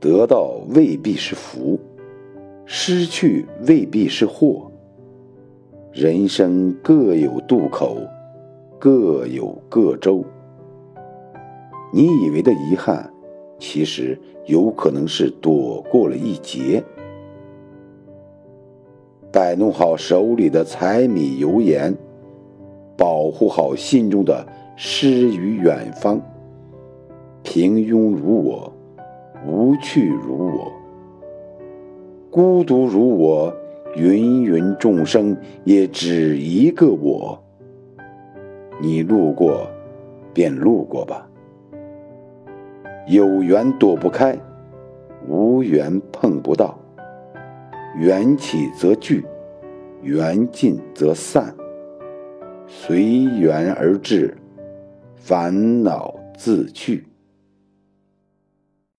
得到未必是福，失去未必是祸。人生各有渡口，各有各舟。你以为的遗憾，其实有可能是躲过了一劫。摆弄好手里的柴米油盐，保护好心中的诗与远方。平庸如我，无趣如我，孤独如我，芸芸众生也只一个我。你路过便路过吧，有缘躲不开，无缘碰不到。缘起则聚，缘尽则散，随缘而至，烦恼自去。